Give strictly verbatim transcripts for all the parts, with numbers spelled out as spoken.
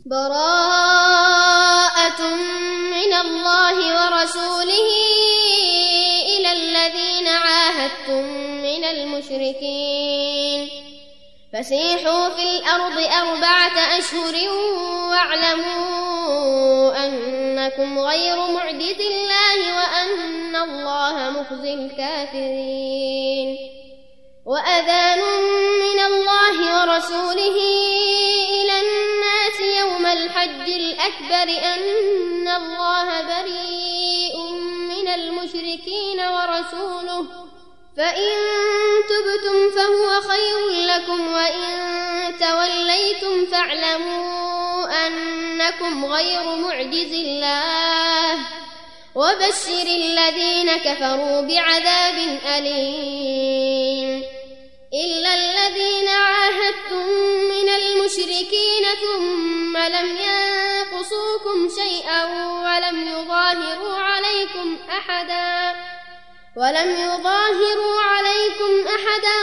براءة من الله ورسوله إلى الذين عاهدتم من المشركين فسيحوا في الأرض أربعة أشهر واعلموا أنكم غير معجز الله وأن الله مخزي الكافرين وأذان من الله ورسوله إلى الناس يوم الحج الأكبر أن الله بريء من المشركين ورسوله فإن تبتم فهو خير لكم وإن توليتم فاعلموا أنكم غير معجز الله وبشر الذين كفروا بعذاب أليم إلا الذين عاهدتم من المشركين ثم لم ينقصوكم شيئا ولم يظاهروا عليكم أحدا ولم يظاهروا عليكم أحدا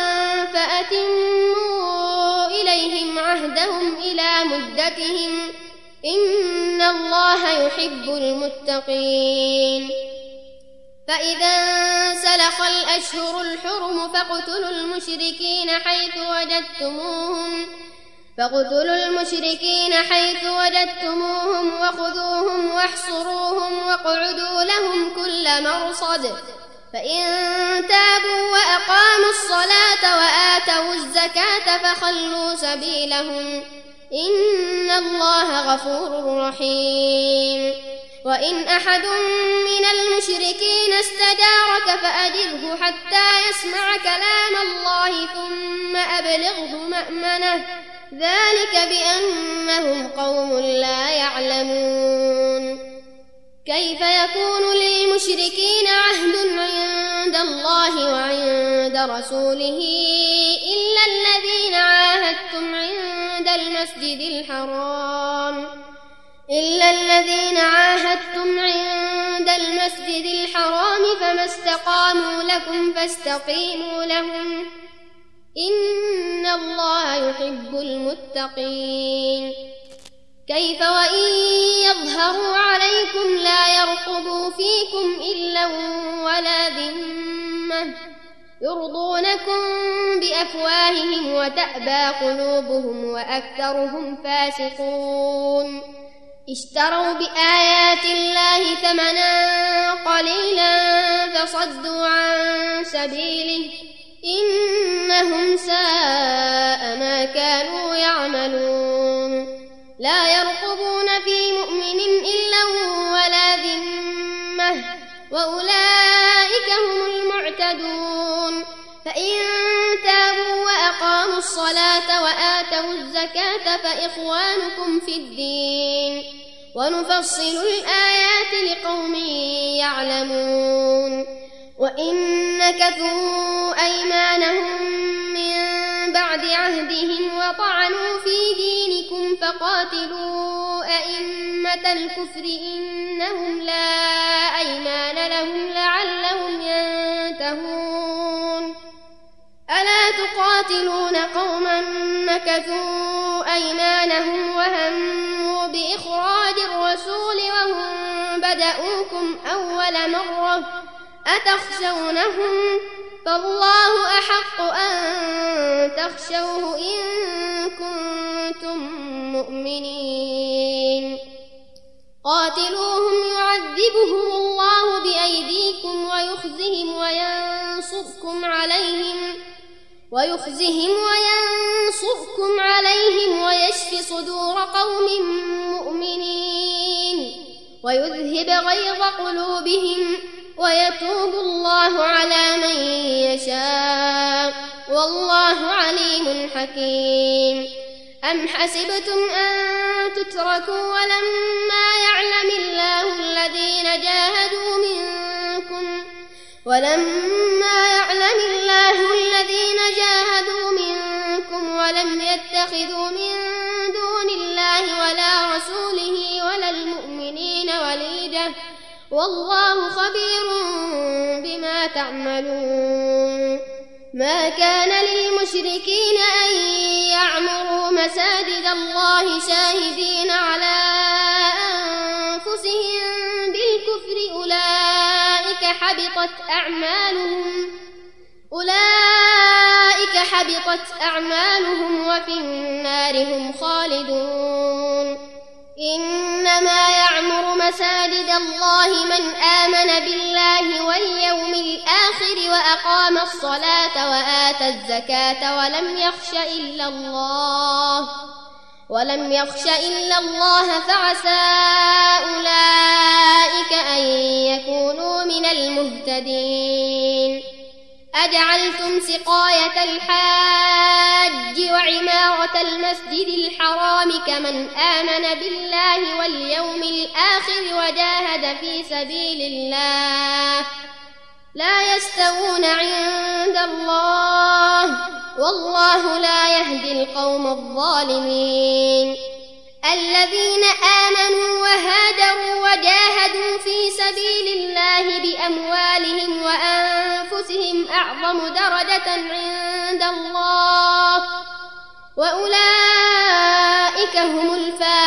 فأتموا إليهم عهدهم إلى مدتهم إن الله يحب المتقين فإذا انسلخ الأشهر الحرم فاقتلوا المشركين حيث وجدتموهم فاقتلوا المشركين حيث وجدتموهم وخذوهم واحصروهم واقعدوا لهم كل مرصد فإن تابوا وأقاموا الصلاة وآتوا الزكاة فخلوا سبيلهم إن الله غفور رحيم وإن أحد من المشركين استجارك فأجره حتى يسمع كلام الله ثم أبلغه مأمنه ذلك بأنهم قوم لا يعلمون كيف يكون للمشركين عهد عند الله وعند رسوله إلا الذين عاهدتم عند المسجد الحرام إلا الذين عاهدتم عند المسجد الحرام فما استقاموا لكم فاستقيموا لهم إن الله يحب المتقين كيف وإن يظهروا عليكم لا يرقبوا فيكم إلا ولا ذمة يرضونكم بأفواههم وتأبى قلوبهم وأكثرهم فاسقون اشتروا بآيات الله ثمنا قليلا فصدوا عن سبيله إنهم ساء ما كانوا يعملون لا يرقبون في مؤمن إلا ولا ذمة وأولئك هم المعتدون فإن تابوا وأقاموا الصلاة وآتوا الزكاة فإخوانكم في الدين ونفصل الآيات لقوم يعلمون وإن نكثوا أيمانهم من بعد عهدهم وطعنوا في دينكم فقاتلوا أئمة الكفر إنهم لا أيمان لهم لعلهم ينتهون ألا تقاتلون قوما نكثوا أيمانهم وهموا بإخراج الرسول وهم بدأوكم أول مرة أتخشونهم فالله أحق أن تخشوه إن كنتم مؤمنين قاتلوهم يعذبهم الله بأيديكم ويخزهم وينصركم عليهم ويخزهم وينصركم عليهم ويشف صدور قوم مؤمنين ويذهب غيظ قلوبهم ويتوب الله على من يشاء والله عليم حكيم أم حسبتم أن تتركوا ولما يعلم الله الذين جاهدوا منكم ولما يعلم الله الذين جاهدوا منكم ولم يتخذوا من دون الله ولا رسوله ولا المؤمنين وليجة والله خبير بما تعملون ما كان للمشركين أن يعمروا مساجد الله شاهدين أنفسهم بالكفر أولئك حبطت أعمالهم أولئك حبطت أعمالهم وفي النار هم خالدون إنما يعمر مساجد الله من آمن بالله واليوم الآخر وأقام الصلاة وآتى الزكاة ولم يخش إلا الله ولم يخش إلا الله فعسى أولئك أن يكونوا من المهتدين أجعلتم سقاية الحاج وعمارة المسجد الحرام كمن آمن بالله واليوم الآخر وجاهد في سبيل الله لا يستوون عند الله والله لا يهدي القوم الظالمين الذين آمنوا وهاجروا وجاهدوا في سبيل الله بأموالهم وأنفسهم أعظم درجة عند الله وأولئك هم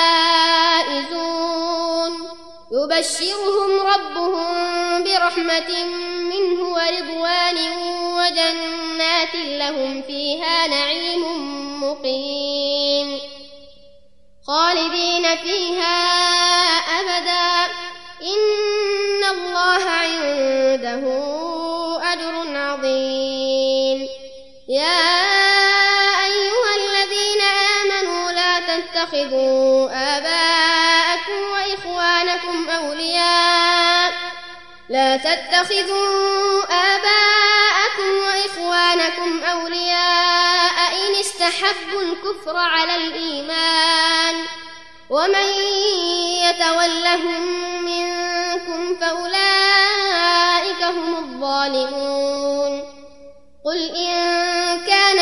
الفائزون يبشرهم ربهم برحمة منه ورضوان وجنات لهم فيها نعيم مقيم خالدين فيها أبدا إن الله عنده أجر عظيم يا أيها الذين آمنوا لا تتخذوا آباءكم وإخوانكم أولياء لا تتخذوا آباءكم وإخوانكم أولياء إن استحبوا الكفر على الإيمان ومن يتولهم منكم فأولئك هم الظالمون قل إن كان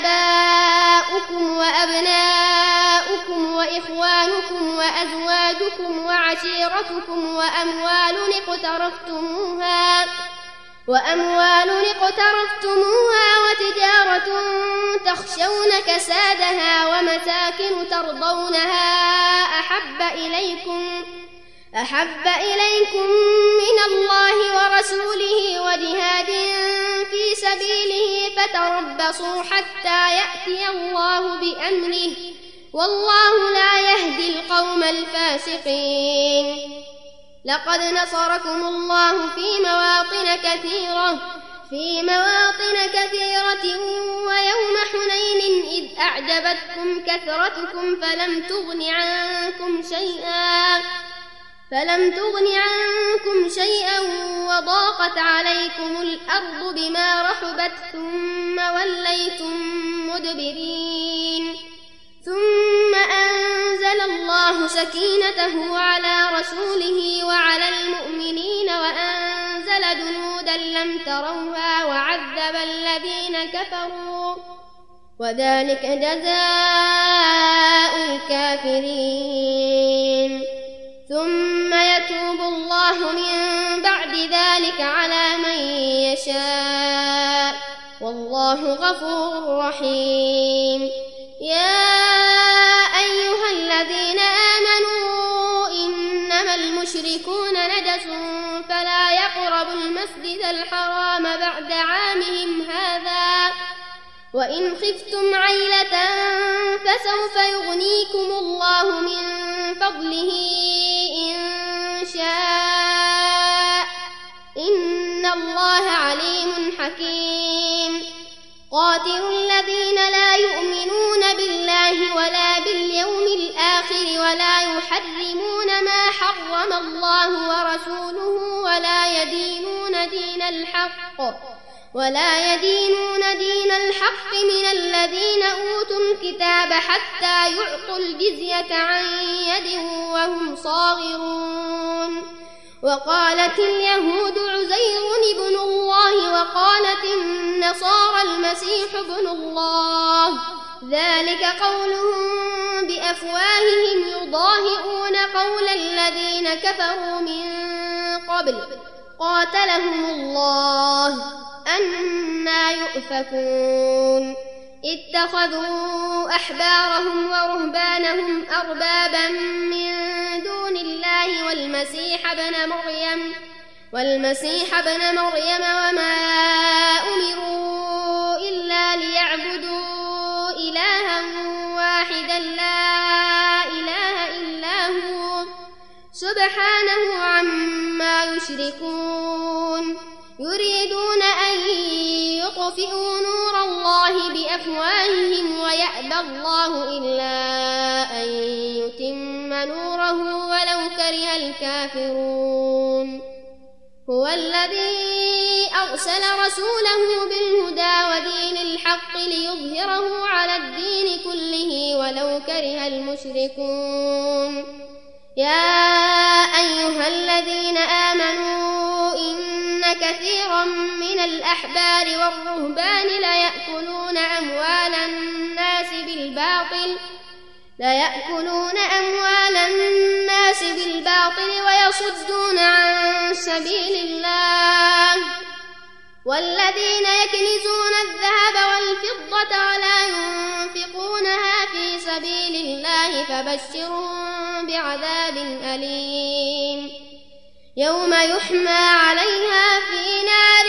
آباؤكم وأبناؤكم وإخوانكم وأزواجكم وعشيرتكم وأموال اقترفتموها وأموال اقترفتموها وتجارة تخشون كسادها ومساكن ترضونها أحب إليكم أحب إليكم من الله ورسوله وجهاد في سبيله فتربصوا حتى يأتي الله بأمره والله لا يهدي القوم الفاسقين لقد نصركم الله في مواطن كثيرة في مواطن كثيرة ويوم حنين إذ أعجبتكم كثرتكم فلم تغن عنكم شيئا فلم تغن عنكم شيئا وضاقت عليكم الأرض بما رحبت ثم وليتم مدبرين ثم أنزل الله سكينته على رسوله وعلى المؤمنين وأنزل جنودا لم تروها وعذب الذين كفروا وذلك جزاء الكافرين ثم يتوب الله من بعد ذلك على من يشاء والله غفور رحيم يا أيها الذين آمنوا إنما المشركون نجس فلا يقربوا المسجد الحرام بعد عامهم هذا وإن خفتم عيلة فسوف يغنيكم الله من فضله إن شاء إن الله عليم حكيم قاتلوا الذين لا يؤمنون بالله ولا باليوم الآخر ولا يحرمون ما حرم الله ورسوله ولا يدينون دين الحق ولا يدينون دين الحق من الذين أوتوا الكتاب حتى يعطوا الجزية عن يد وهم صاغرون وقالت اليهود عزير ابن الله وقالت النصارى المسيح ابن الله ذلك قولهم بأفواههم يضاهئون قول الذين كفروا من قبل قاتلهم الله أنى يؤفكون اتخذوا أحبارهم ورهبانهم أربابا من دون الله والمسيح والمسيح ابن مريم والمسيح ابن مريم وما أمروا إلا ليعبدوا إلها واحدا لا إله إلا هو سبحانه عما يشركون يريدون أن يطفئوا نور الله بأفواههم ويأبى الله إلا أن يتم نوره ولو كره الكافرون هو الذي أرسل رسوله بالهدى ودين الحق ليظهره على الدين كله ولو كره المشركون يا أيها الذين آمنوا إن كثيرا من الأحبار والرهبان ليأكلون أموال الناس بالباطل ليأكلون أموال الناس بالباطل ويصدون عن سبيل الله والذين يكنزون الذهب والفضة ولا ينفقونها في سبيل الله فبشرهم بعذاب أليم يوم يحمى عليها في نار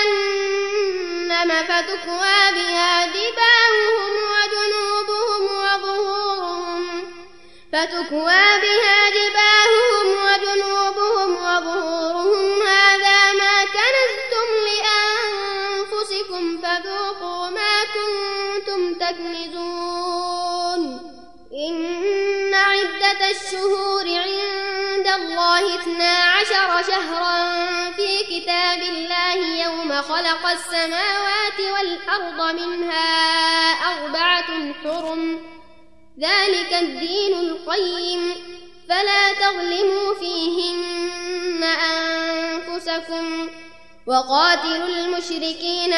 جهنم فتكوى بها جباههم وجنوبهم وظهورهم فتكوى بها جباههم وجنوبهم وظهورهم هذا ما كنزتم لأنفسكم فذوقوا ما كنتم تكنزون إن عدة الشهور عند الله اثنا عشر شهرا في كتاب الله يوم خلق السماوات والأرض منها أربعة حرم ذلك الدين القيم فلا تظلموا فيهن أنفسكم وقاتلوا المشركين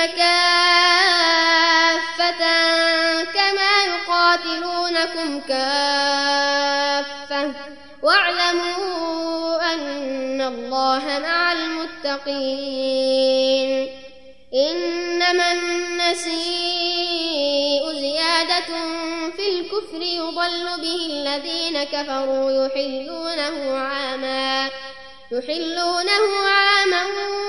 كافة كما يقاتلونكم كافة واعلموا أن الله مع المتقين إنما النسيء زيادة في الكفر يضل به الذين كفروا يحلونه عاما يحلونه عاما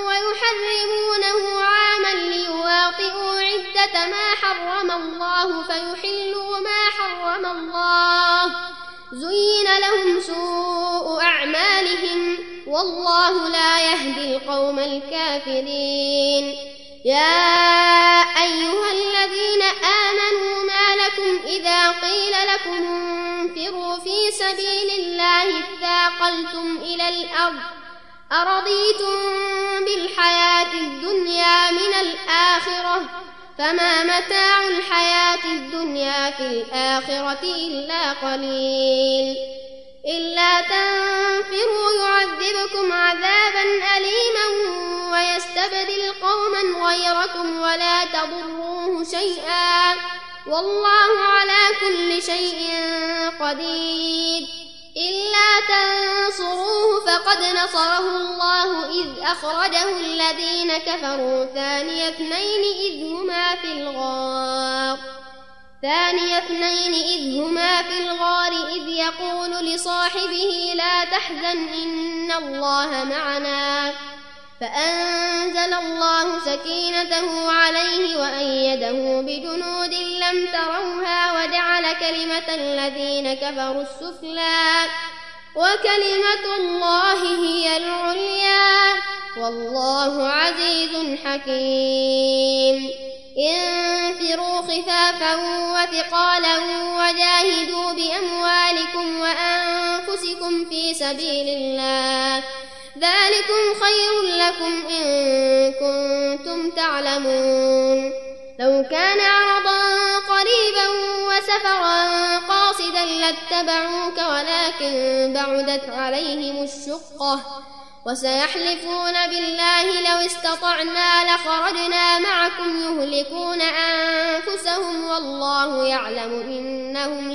ويحرمونه عاما ليواطئوا عدة ما حرم الله فيحلوا ما حرم الله زين لهم سوء أعمالهم والله لا يهدي القوم الكافرين يا أيها الذين آمنوا ما لكم إذا قيل لكم انفروا في سبيل الله اثاقلتم إلى الأرض أرضيتم بالحياة الدنيا من الآخرة فما متاع الحياة الدنيا في الآخرة إلا قليل إلا تنفروا يعذبكم عذابا أليما ويستبدل قوما غيركم ولا تضروه شيئا والله على كل شيء قدير إلا تنصروه فقد نصره الله إذ أخرجه الذين كفروا ثاني اثنين إذ هما في الغار ثاني اثنين إذ هما في الغار إذ يقول لصاحبه لا تحزن إن الله معنا فأنزل الله سكينته عليه وأيده بجنود لم تروها وجعل كلمة الذين كفروا السفلى وكلمة الله هي العليا والله عزيز حكيم انفروا خفافا وثقالا وجاهدوا بأموالكم وأنفسكم في سبيل الله ذلكم خير لكم إن كنتم تعلمون لو كان عرضا قريبا وسفرا قاصدا لاتبعوك ولكن بعدت عليهم الشقة وسيحلفون بالله لو استطعنا لخرجنا معكم يهلكون أنفسهم والله يعلم إنهم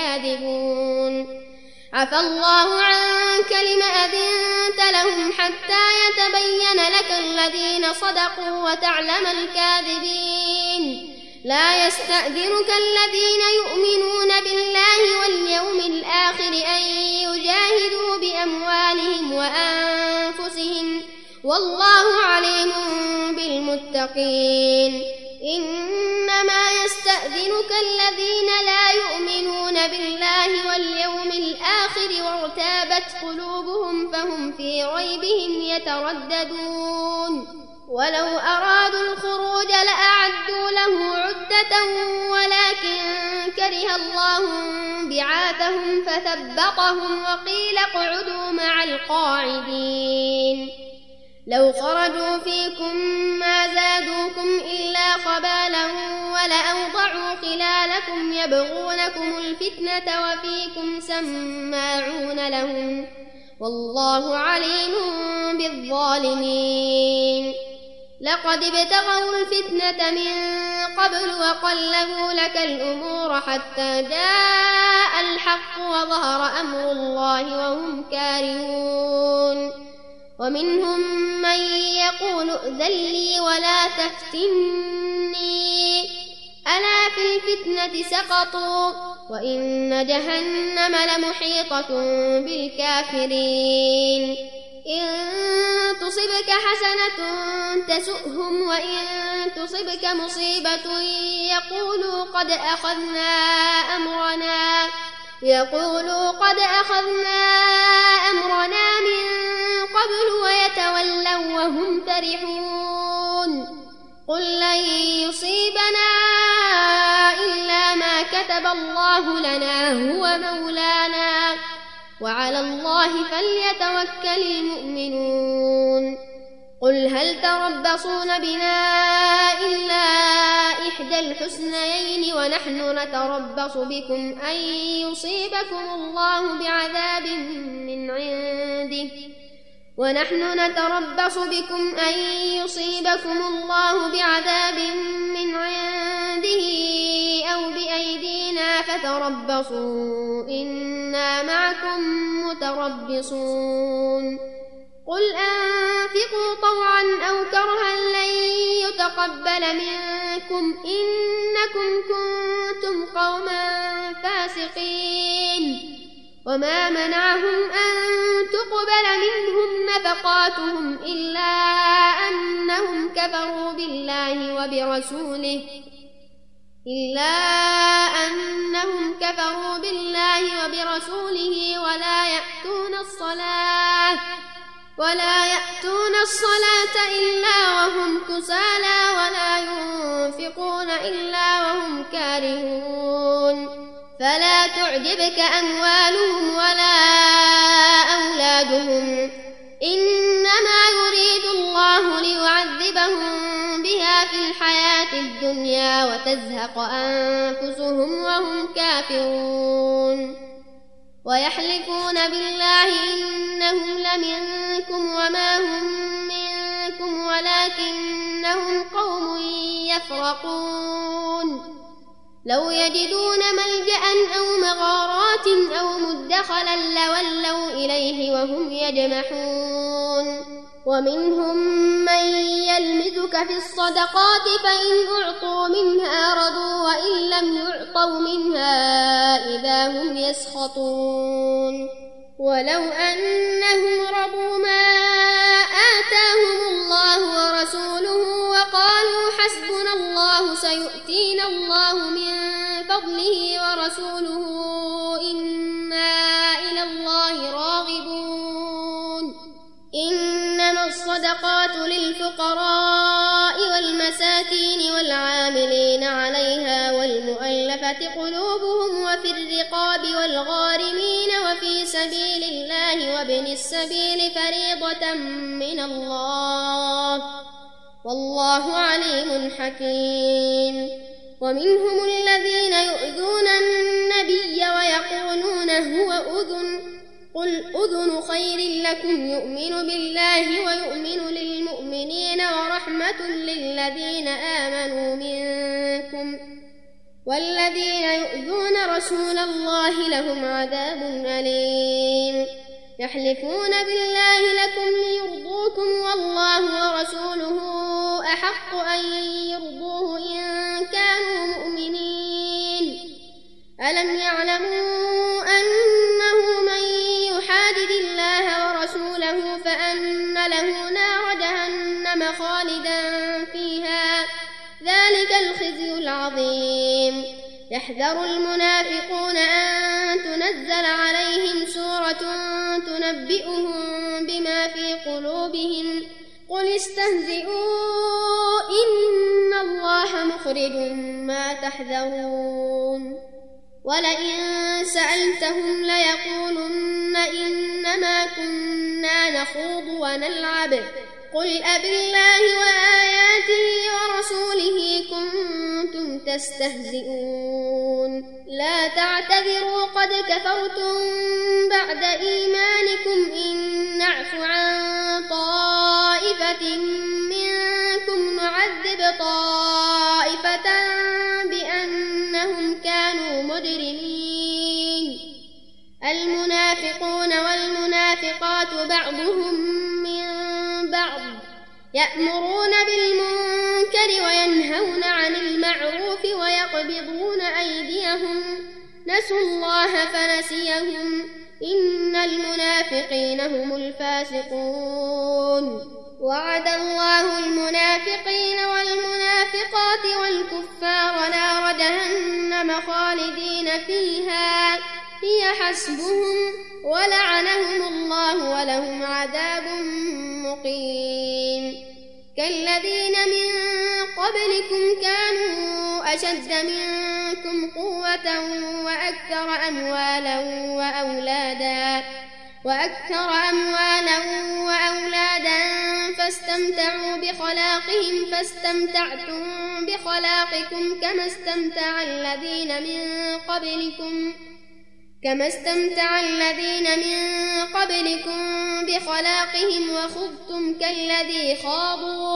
لكاذبون عفى الله عنك لم أذنت لهم حتى يتبين لك الذين صدقوا وتعلم الكاذبين لا يستأذنك الذين يؤمنون بالله واليوم الآخر أن يجاهدوا بأموالهم وأنفسهم والله عليم بالمتقين. إنما يستأذنك الذين لا يؤمنون بالله واليوم الآخر وارتابت قلوبهم فهم في ريبهم يترددون. ولو أرادوا الخروج لأعدوا له عدة ولكن كره الله بعاثهم فثبطهم وقيل اقعدوا مع القاعدين. لو خرجوا فيكم ما زادوكم إلا خبالا ولأوضعوا خلالكم يبغونكم الفتنة وفيكم سماعون لهم والله عليم بالظالمين. لقد ابتغوا الفتنة من قبل وقلبوا لك الأمور حتى جاء الحق وظهر أمر الله وهم كارهون. ومنهم من يقول ائذن لي ولا تفتني ألا في الفتنة سقطوا وإن جهنم لمحيطة بالكافرين. إن تصبك حسنة تسؤهم وإن تصبك مصيبة يقولوا قد أخذنا أمرنا يقولوا قد أخذنا أمرنا من قبل ويتولوا وهم فرحون. قل لن يصيبنا إلا ما كتب الله لنا هو مولانا وعلى الله فليتوكل المؤمنون. قل هل تربصون بنا إلا إحدى الحسنيين ونحن نتربص بكم أن يصيبكم الله بعذاب من عنده ونحن نتربص بكم أن يصيبكم الله بعذاب من عنده أو بأيدينا فتربصوا إنا معكم متربصون. قل أنفقوا طوعا أو كرها لن يتقبل منكم إنكم كنتم قوما فاسقين. وما منعهم أن تقبل منهم نفقاتهم إلا أنهم كفروا بالله وبرسوله إلا أنهم كفروا بالله وبرسوله ولا يأتون الصلاة ولا يأتون الصلاة إلا وهم كسالى ولا ينفقون إلا وهم كارهون. فلا تعجبك أموالهم ولا أولادهم إنما يريد الله ليعذبهم بها في الحياة الدنيا وتزهق أنفسهم وهم كافرون. ويحلفون بالله إنهم لمنكم وما هم منكم ولكنهم قوم يفرقون. لو يجدون ملجأ أو مغارات أو مدخلا لولوا إليه وهم يجمحون. ومنهم من يلمزك في الصدقات فإن أعطوا منها رضوا وإن لم يعطوا منها إذا هم يسخطون. ولو أنهم رضوا ما آتاهم الله ورسوله وقالوا حسبنا الله سيؤتينا الله من فضله ورسوله إنا إلى الله راغبون. إنما الصدقات للفقراء والمساكين والعاملين عليها والمؤلفة قلوبهم وفي الرقاب والغارمين وفي سبيل الله وابن السبيل فريضة من الله والله عليم حكيم. ومنهم الذين يؤذون النبي ويقولون هو أذن قل أذن خير لكم يؤمن بالله ويؤمن للمؤمنين ورحمة للذين آمنوا منكم والذين يؤذون رسول الله لهم عذاب أليم. يحلفون بالله لكم ليرضوكم والله ورسوله أحق أن يرضوه إن كانوا مؤمنين. ألم يعلموا أنه من يحادد الله ورسوله فأن له نار عظيم. يحذر المنافقون أن تنزل عليهم سورة تنبئهم بما في قلوبهم قل استهزئوا إن الله مخرج ما تحذرون. ولئن سألتهم ليقولن إنما كنا نخوض ونلعب قل أبالله وآياته ورسوله كنتم تستهزئون. لا تعتذروا قد كفرتم بعد إيمانكم إن نعف عن طائفة منكم نعذب طائفة بأنهم كانوا مجرمين. المنافقون والمنافقات بعضهم من بعض يأمرون بالمنكر وينهون عن المعروف ويقبضون أيديهم نسوا الله فنسيهم إن المنافقين هم الفاسقون. وعد الله المنافقين والمنافقات والكفار نار جهنم خالدين فيها هي حسبهم ولعنهم الله ولهم عذاب مقيم. كالذين من قبلكم كانوا أشد منكم قوة وأكثر أموالا وأولادا وأكثر أموالا وأولادا فاستمتعوا بخلاقهم فاستمتعتم بخلاقكم كما استمتع الذين من قبلكم كما استمتع الذين من قبلكم بخلاقهم وخضتم كالذي خاضوا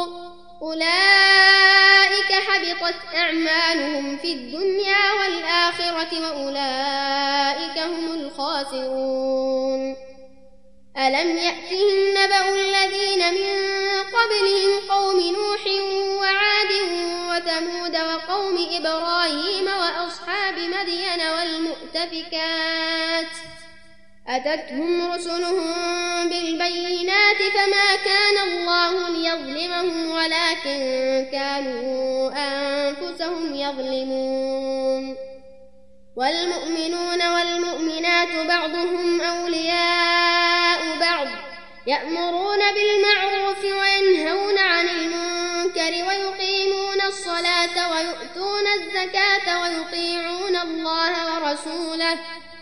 أولئك حبطت أعمالهم في الدنيا والآخرة وأولئك هم الخاسرون. ألم يأتهم نبأ الذين من قبلهم قوم نوح وعاد وثمود وقوم إبراهيم وأصحاب مدين والمؤتفكات أتتهم رسلهم بالبينات فما كان الله ليظلمهم ولكن كانوا أنفسهم يظلمون. والمؤمنون والمؤمنات بعضهم أولياء بعض يأمرون بالمعروف وينهون عن المنكر ويقيمون الصلاة ويؤتون الزكاة ويطيعون الله ورسوله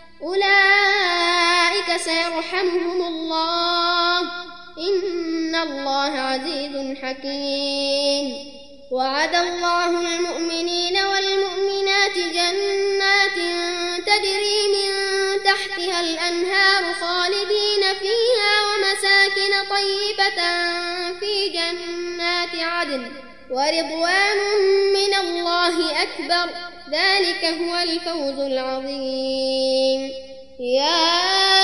أولئك سيرحمهم الله إن الله عزيز حكيم. وعد الله المؤمنين والمؤمنات جنات تجري من تحتها الأنهار خالدين فيها ومساكن طيبة في جنات عدن ورضوان من الله أكبر ذلك هو الفوز العظيم. يا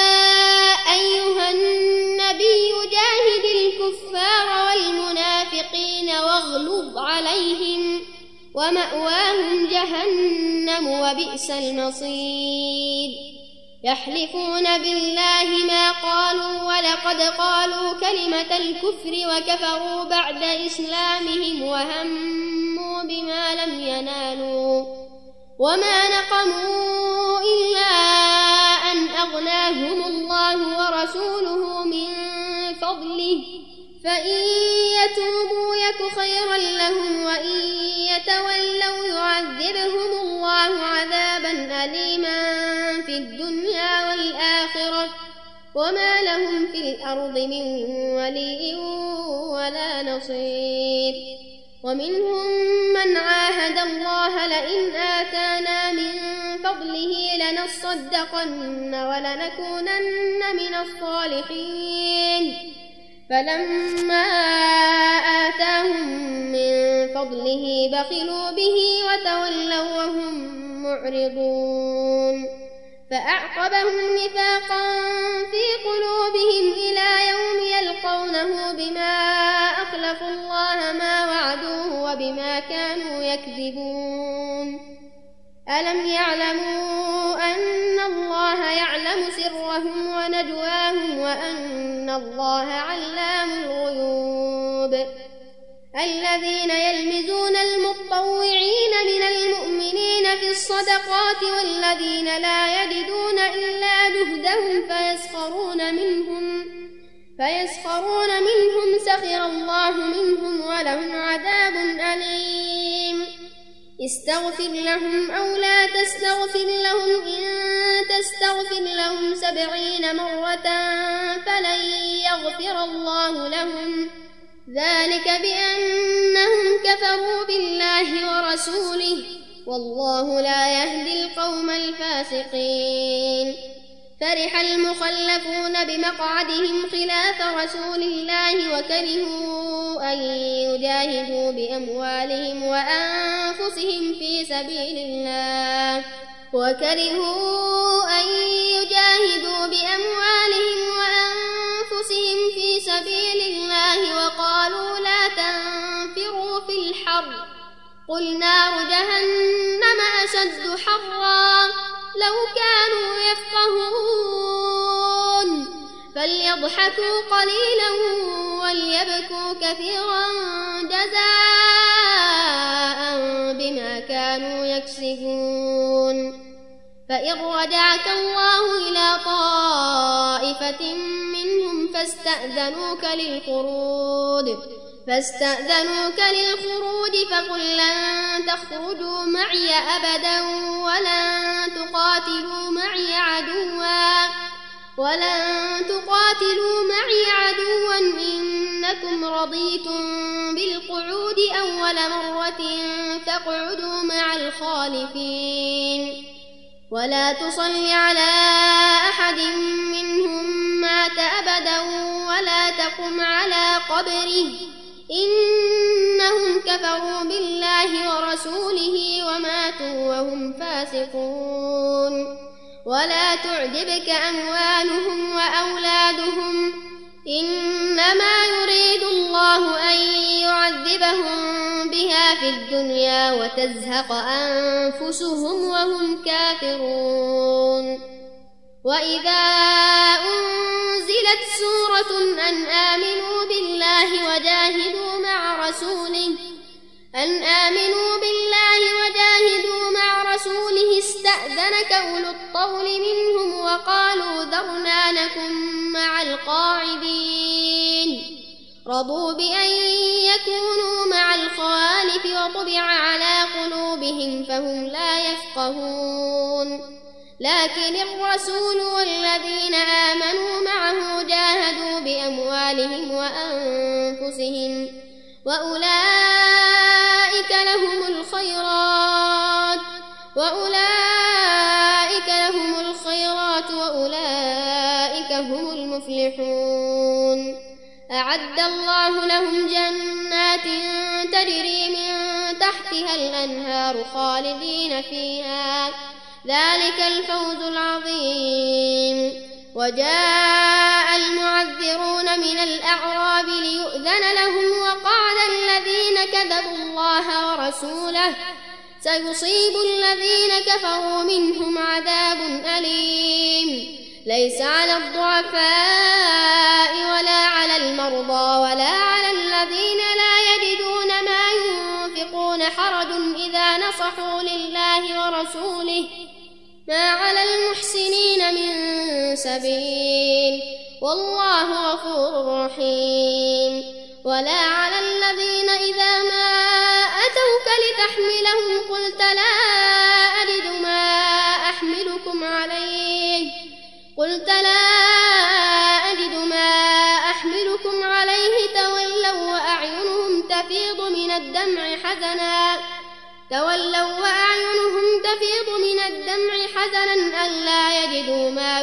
أيها النبي جاهد الكفار والمنافقين واغلظ عليهم ومأواهم جهنم وبئس المصير. يحلفون بالله ما قالوا ولقد قالوا كلمة الكفر وكفروا بعد إسلامهم وهموا بما لم ينالوا وما نقموا إلا أن أغناهم الله ورسوله من فضله فإن يتوبوا يك خيرا لهم وإن يتولوا يعذبهم الله عذابا أليما في الدنيا والآخرة وما لهم في الأرض من ولي ولا نصير. ومنهم من عاهد الله لئن آتانا من فضله لنصدقن ولنكونن من الصالحين فلما آتاهم من فضله بخلوا به وتولوا وهم معرضون. فأعقبهم نفاقا في قلوبهم إلى يوم يلقونه بما أخلفوا الله ما وعدوه وبما كانوا يكذبون. ألم يعلموا أن الله يعلم سرهم ونجواهم وأن الله علام الغيوب. الذين يلمزون المطوعين من المؤمنين في الصدقات والذين لا يجدون إلا جهدهم فيسخرون منهم فيسخرون منهم سخر الله منهم ولهم عذاب أليم استغفر لهم أو لا تستغفر لهم إن تستغفر لهم سبعين مرة فلن يغفر الله لهم ذلك بأنهم كفروا بالله ورسوله والله لا يهدي القوم الفاسقين فرح المخلفون بمقعدهم خلاف رسول الله وكرهوا أن يجاهدوا بأموالهم وأنفسهم في سبيل الله وكرهوا أن يجاهدوا بأموالهم وأنفسهم في سبيل الله وقالوا لا تنفروا في الحر قل نار جهنم أشد حرا لو كانوا يفقهون فليضحكوا قليلا وليبكوا كثيرا جزاء بما كانوا يكسبون فإن رجعك الله إلى طائفة منهم فاستأذنوك للخروج فاستأذنوك للخروج فقل لن تخرجوا معي أبدا ولن تقاتلوا معي عدوا ولن تقاتلوا معي عدوا إنكم رضيتم بالقعود أول مرة فاقعدوا مع الخالفين ولا تصل على أحد منهم مات أبدا ولا تقم على قبره إنهم كفروا بالله ورسوله وماتوا وهم فاسقون ولا تعجبك أموالهم وأولادهم إنما يريد الله أن يعذبهم بها في الدنيا وتزهق أنفسهم وهم كافرون وإذا أنزلت سورة أن آمنوا بالله وجاهدوا مع رسوله أن آمنوا بالله وجاهدوا مع رسوله استأذنك أولو الطول منهم وقالوا ذرنا نكن مع القاعدين رضوا بأن يكونوا مع الخوالف وطبع على قلوبهم فهم لا يفقهون لكن الرسول والذين آمنوا معه جاهدوا بأموالهم وأنفسهم وأولئك لهم الخيرات وأولئك لهم الخيرات وأولئك هم المفلحون أعد الله لهم جنات تجري من تحتها الأنهار خالدين فيها ذلك الفوز العظيم وجاء المعذرون من الأعراب ليؤذن لهم وقال الذين كذبوا الله ورسوله سيصيب الذين كفروا منهم عذاب أليم ليس على الضعفاء ولا على المرضى ولا على الذين لا يجدون ما ينفقون حرج إذا نصحوا لله ورسوله ما على المحسنين من سبيل والله غفور رحيم ولا على الذين إذا ما أتوك لتحملهم قلت لا أجد ما أحملكم عليه قلت لا أجد ما أحملكم عليه تولوا وأعينهم تفيض من الدمع حزنا تولوا وأعينهم تفيض من الدمع حزنا ألا يجدوا ما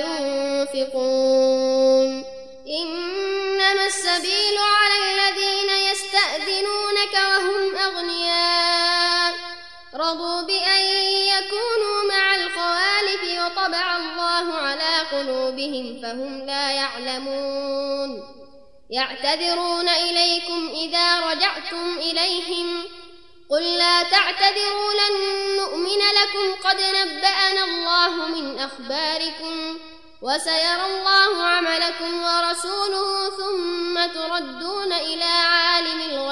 ينفقون إنما السبيل على الذين يستأذنونك وهم أغنياء رضوا بأن يكونوا مع الخوالف وطبع الله على قلوبهم فهم لا يعلمون يعتذرون إليكم إذا رجعتم إليهم قل لا تعتذروا لن نؤمن لكم قد نبأنا الله من أخباركم وسيرى الله عملكم ورسوله ثم تردون إلى عالم الغيب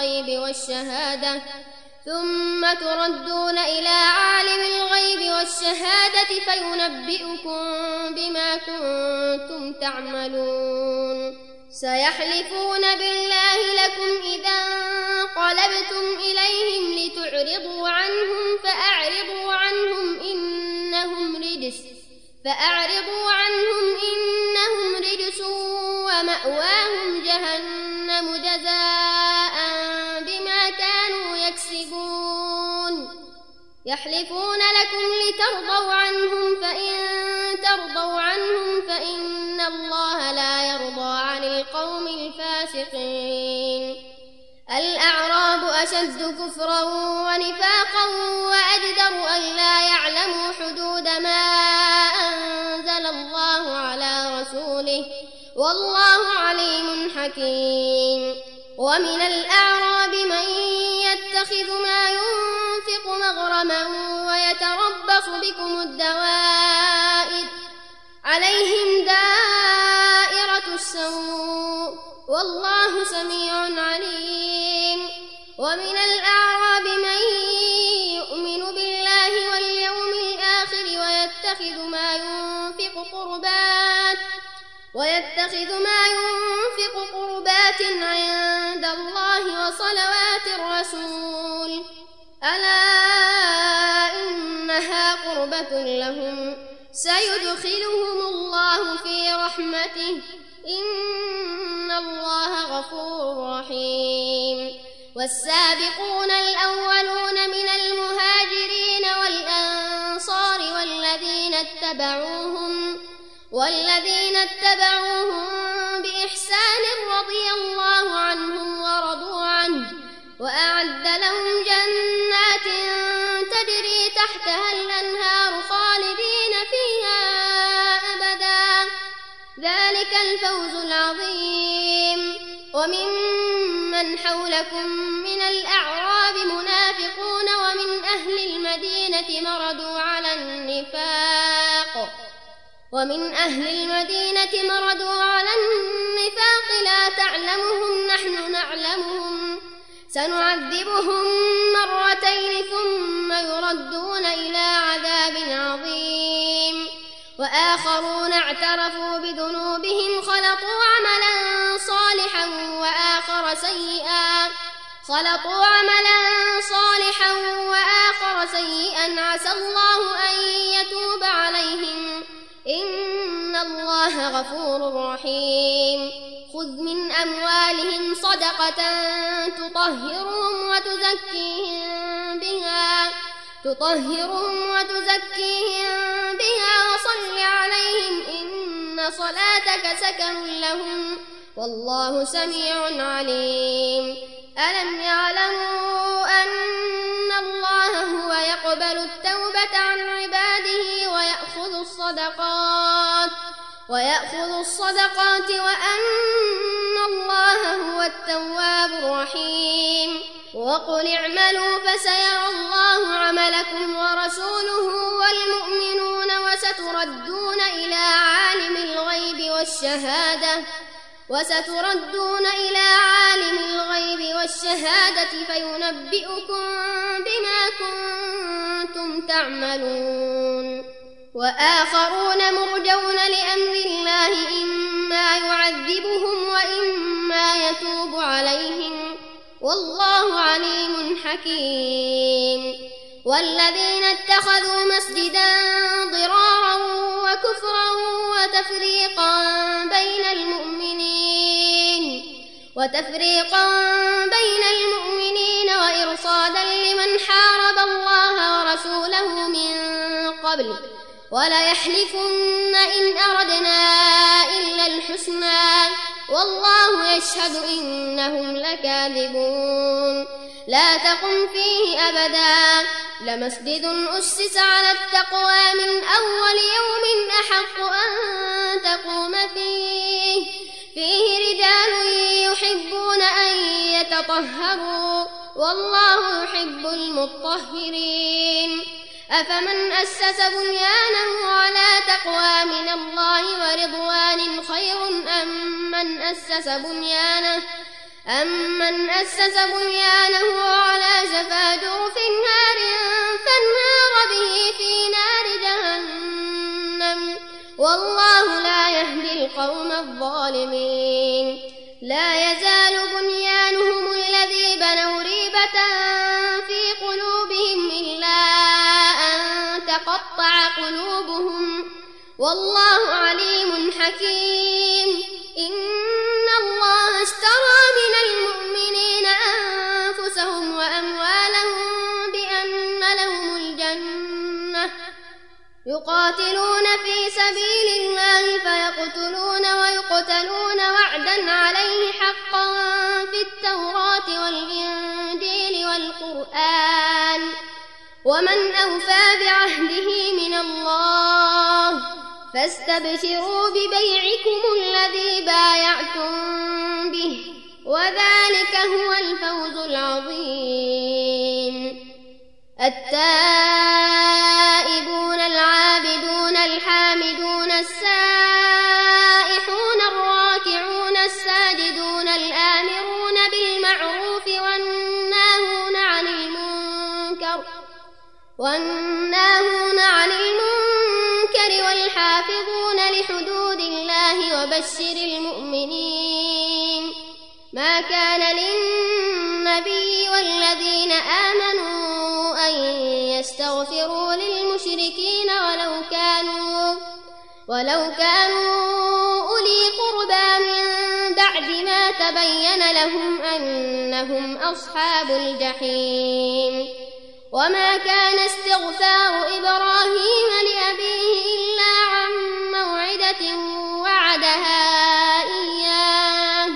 والشهادة ثم تردون إلى عالم الغيب والشهادة فينبئكم بما كنتم تعملون سيحلفون بالله لكم إذا انقلبتم إليهم لتعرضوا عنهم فأعرضوا عنهم إنهم رجس فأعرضوا عنهم إنهم رجس ومأواهم جهنم جزاء بما كانوا يكسبون يحلفون لكم لترضوا عنهم فإن ترضوا عنهم فإن الله لا يرضى عن القوم الفاسقين الأعراب أشد كفرا ونفاقا وأجدر أن لا يعلموا حدود ما أنزل الله على رسوله والله عليم حكيم ومن الأعراب من يتخذ ما ينفق مغرما ويتربص بكم الدوائر عليهم دائرة السوء والله سميع عليم ومن الأعراب من يؤمن بالله واليوم الآخر ويتخذ ما ينفق قربات ويتخذ ما ينفق قربات عند الله وصلوات الرسول ألا إنها قربة لهم سيدخلهم الله في رحمته إن الله غفور رحيم والسابقون الأولون من المهاجرين والأنصار والذين اتبعوهم والذين اتبعوهم بإحسان رضي الله عنهم ورضوا عنه وأعد لهم جنات تجري تحتها الأنهار خالدين فيها أبدا ذلك الفوز العظيم وممن حولكم من الأعراب منافقون ومن أهل المدينة مردوا على النفاق ومن أهل المدينة مردوا على النفاق لا تعلمهم نحن نعلمهم سنعذبهم مرتين ثم يردون إلى عذاب عظيم وآخرون اعترفوا بذنوبهم خلطوا عملا صالحا وآخر سيئا خلطوا عملا صالحا وآخر سيئا عسى الله أن يتوب عليهم إن الله غفور رحيم خذ من أموالهم صدقة تطهرهم وتزكيهم بها تطهرهم وتزكيهم بها وصل عليهم إن صلاتك سكن لهم والله سميع عليم ألم يعلموا أن الله هو يقبل التوبة عن عباده ويأخذ الصدقات ويأخذ الصدقات وأن الله هو التواب الرحيم وقل اعملوا فسيرى الله عملكم ورسوله والمؤمنون وستردون إلى عالم الغيب والشهادة وستردون إلى عالم الغيب والشهادة فينبئكم بما كنتم تعملون وآخرون مرجون لأمر الله إما يعذبهم وإما يتوب عليهم والله عليم حكيم والذين اتخذوا مسجدا ضرارا وكفرا وتفريقا بين المؤمنين وتفريقا بين المؤمنين وإرصادا لمن حارب الله ورسوله من قبل وليحلفن إن أردنا إلا الحسنى والله يشهد إنهم لكاذبون لا تقم فيه أبدا لمسجد أسس على التقوى من أول يوم أحق أن تقوم فيه فيه رجال يحبون أن يتطهروا والله يحب المطهرين أفمن أسس بنيانه على تقوى من الله ورضوان خير أم من أسس بنيانه أمن أسس بنيانه على شفا جرف هار فانهار به في نار جهنم والله لا يهدي القوم الظالمين. لا يزال بنيانهم الذي بنوا ريبة في قلوبهم إلا أن تقطع قلوبهم والله عليم حكيم. إن الله اشترى من المؤمنين أنفسهم وأموالهم بأن لهم الجنة يقاتلون في سبيل الله فيقتلون ويقتلون وعدا عليه حقا في التوراة والإنجيل والقرآن ومن أوفى بعهده من الله فاستبشروا ببيعكم الذي بايعتم به وذلك هو الفوز العظيم. التائبون العابدون الحامدون السائحون الراكعون الساجدون الآمرون بالمعروف والناهون عن المنكر والناهون عن المنكر والحافظون لحدود الله وبشر المؤمنين. ما كان للنبي والذين آمنوا أن يستغفروا للمشركين ولو كانوا ولو كانوا أولي قربى من بعد ما تبين لهم أنهم أصحاب الجحيم. وما كان استغفار إبراهيم لأبيه إلا عن موعدة وعدها إياه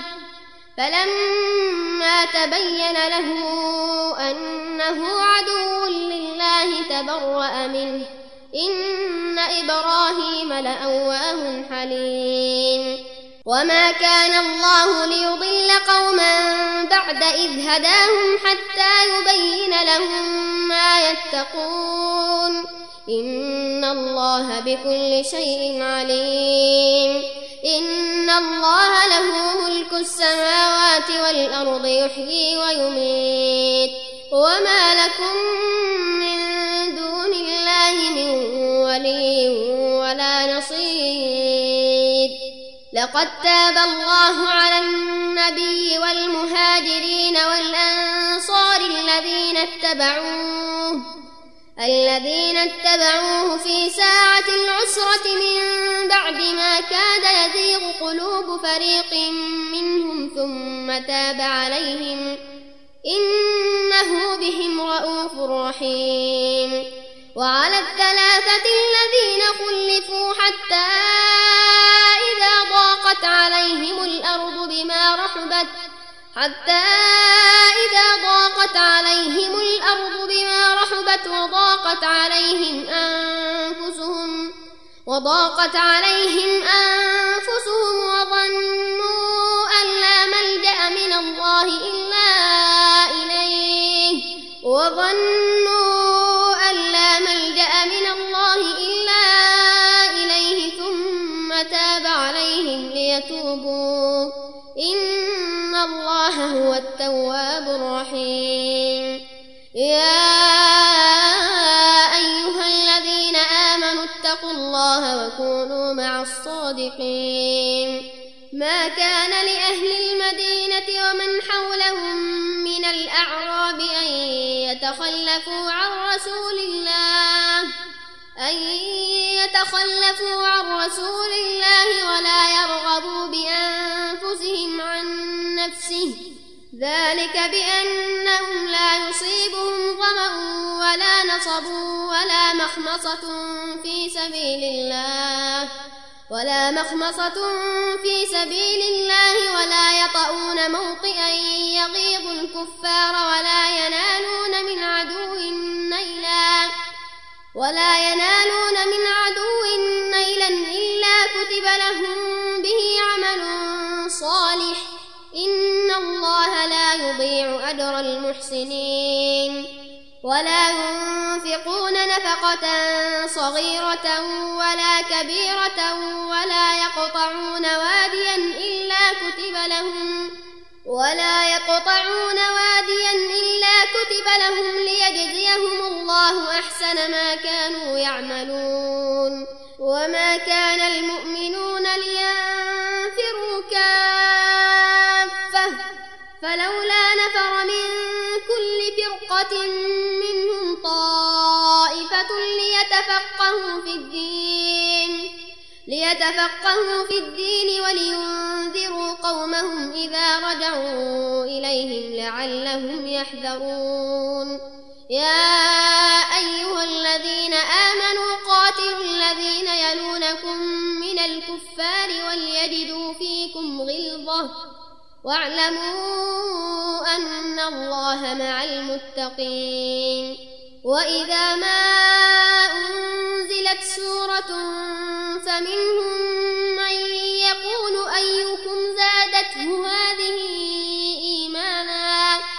فلما تبين له أنه عدو لله تبرأ منه إن إبراهيم لأواه حليم. وما كان الله ليضل قوما بعد إذ هداهم حتى يبين لهم ما يتقون إن الله بكل شيء عليم. إن الله له ملك السماوات والأرض يحيي ويميت وما لكم من دون الله من ولي ولا نصير. لقد تاب الله على النبي والمهاجرين والأنصار الذين اتبعوه الذين اتبعوه في ساعة العسرة من بعد ما كاد يزيغ قلوب فريق منهم ثم تاب عليهم إنه بهم رءوف رحيم. وعلى الثلاثة الذين خلفوا حتى إذا ضاقت عليهم الأرض بما رحبت حتى إذا ضاقت عليهم الأرض بما رحبت وضاقت عليهم أنفسهم وضاقت عليهم أنفسهم وظنوا أن لا ملجأ من الله إلا إليه وظنوا أن لا ملجأ من الله إلا إليه ثم تاب عليهم ليتوبوا إن الله هو التواب الرحيم. يا أيها الذين آمنوا اتقوا الله وكونوا مع الصادقين. ما كان لأهل المدينة ومن حولهم من الأعراب أن يتخلفوا عن رسول الله أن يتخلفوا عن رسول الله ولا يرغبوا بأنفسهم عن نفسه ذلك بأنهم لا يصيبهم ظمأ ولا نصب ولا مخمصة في سبيل الله ولا مخمصة في سبيل الله ولا يطؤون موطئا يغيظ الكفار ولا ينالون من عدو نيلا ولا ينالون من عدو نيلا إلا كتب لهم به عمل صالح إن الله لا يضيع أجر المحسنين. ولا ينفقون نفقة صغيرة ولا كبيرة ولا يقطعون واديا إلا كتب لهم ولا يقطعون واديا إلا كتب لهم ليجزيهم الله أحسن ما كانوا يعملون وما كان المؤمنون لينفروا كافة فلولا نفر من كل فرقة منهم طائفة ليتفقهوا في الدين ليتفقهوا في الدين ولينذروا قومهم إذا رجعوا إليهم لعلهم يحذرون يا أيها الذين آمنوا قاتلوا الذين يلونكم من الكفار وليجدوا فيكم غلظة واعلموا أن الله مع المتقين وإذا ما أنزلت سورة فمنهم من يقول أيكم زادته هذه إيمانا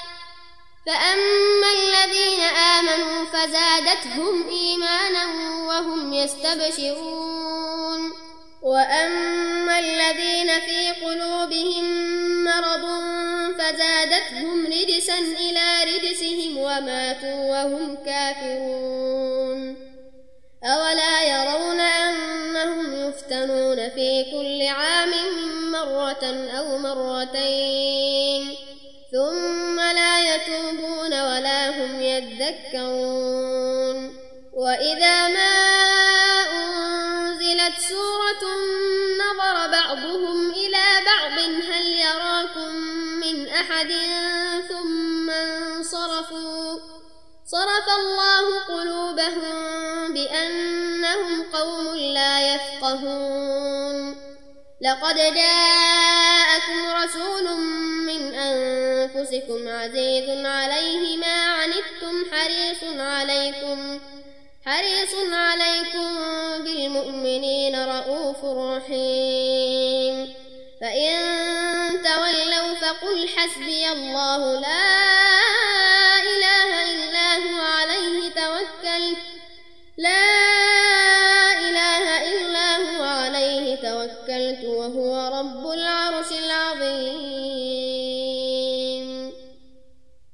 فأما الذين آمنوا فزادتهم إيمانا وهم يستبشرون وأما الذين في قلوبهم مرض فزادتهم رجسا إلى رجسهم وماتوا وهم كافرون أولا يرون أنهم يفتنون في كل عام مرة أو مرتين ثم لا يتوبون ولا هم يذكرون وإذا ما أنزلت سورة نظر بعضهم إلى بعض هل يراكم من أحد ثم انصرفوا صرف الله قلوبهم بأنهم قوم لا يفقهون لقد جاءكم رسول من أنفسكم عزيز عليه ما عنتم حريص عليكم حريص عليكم بالمؤمنين رؤوف رحيم فإن تولوا فقل حسبي الله لا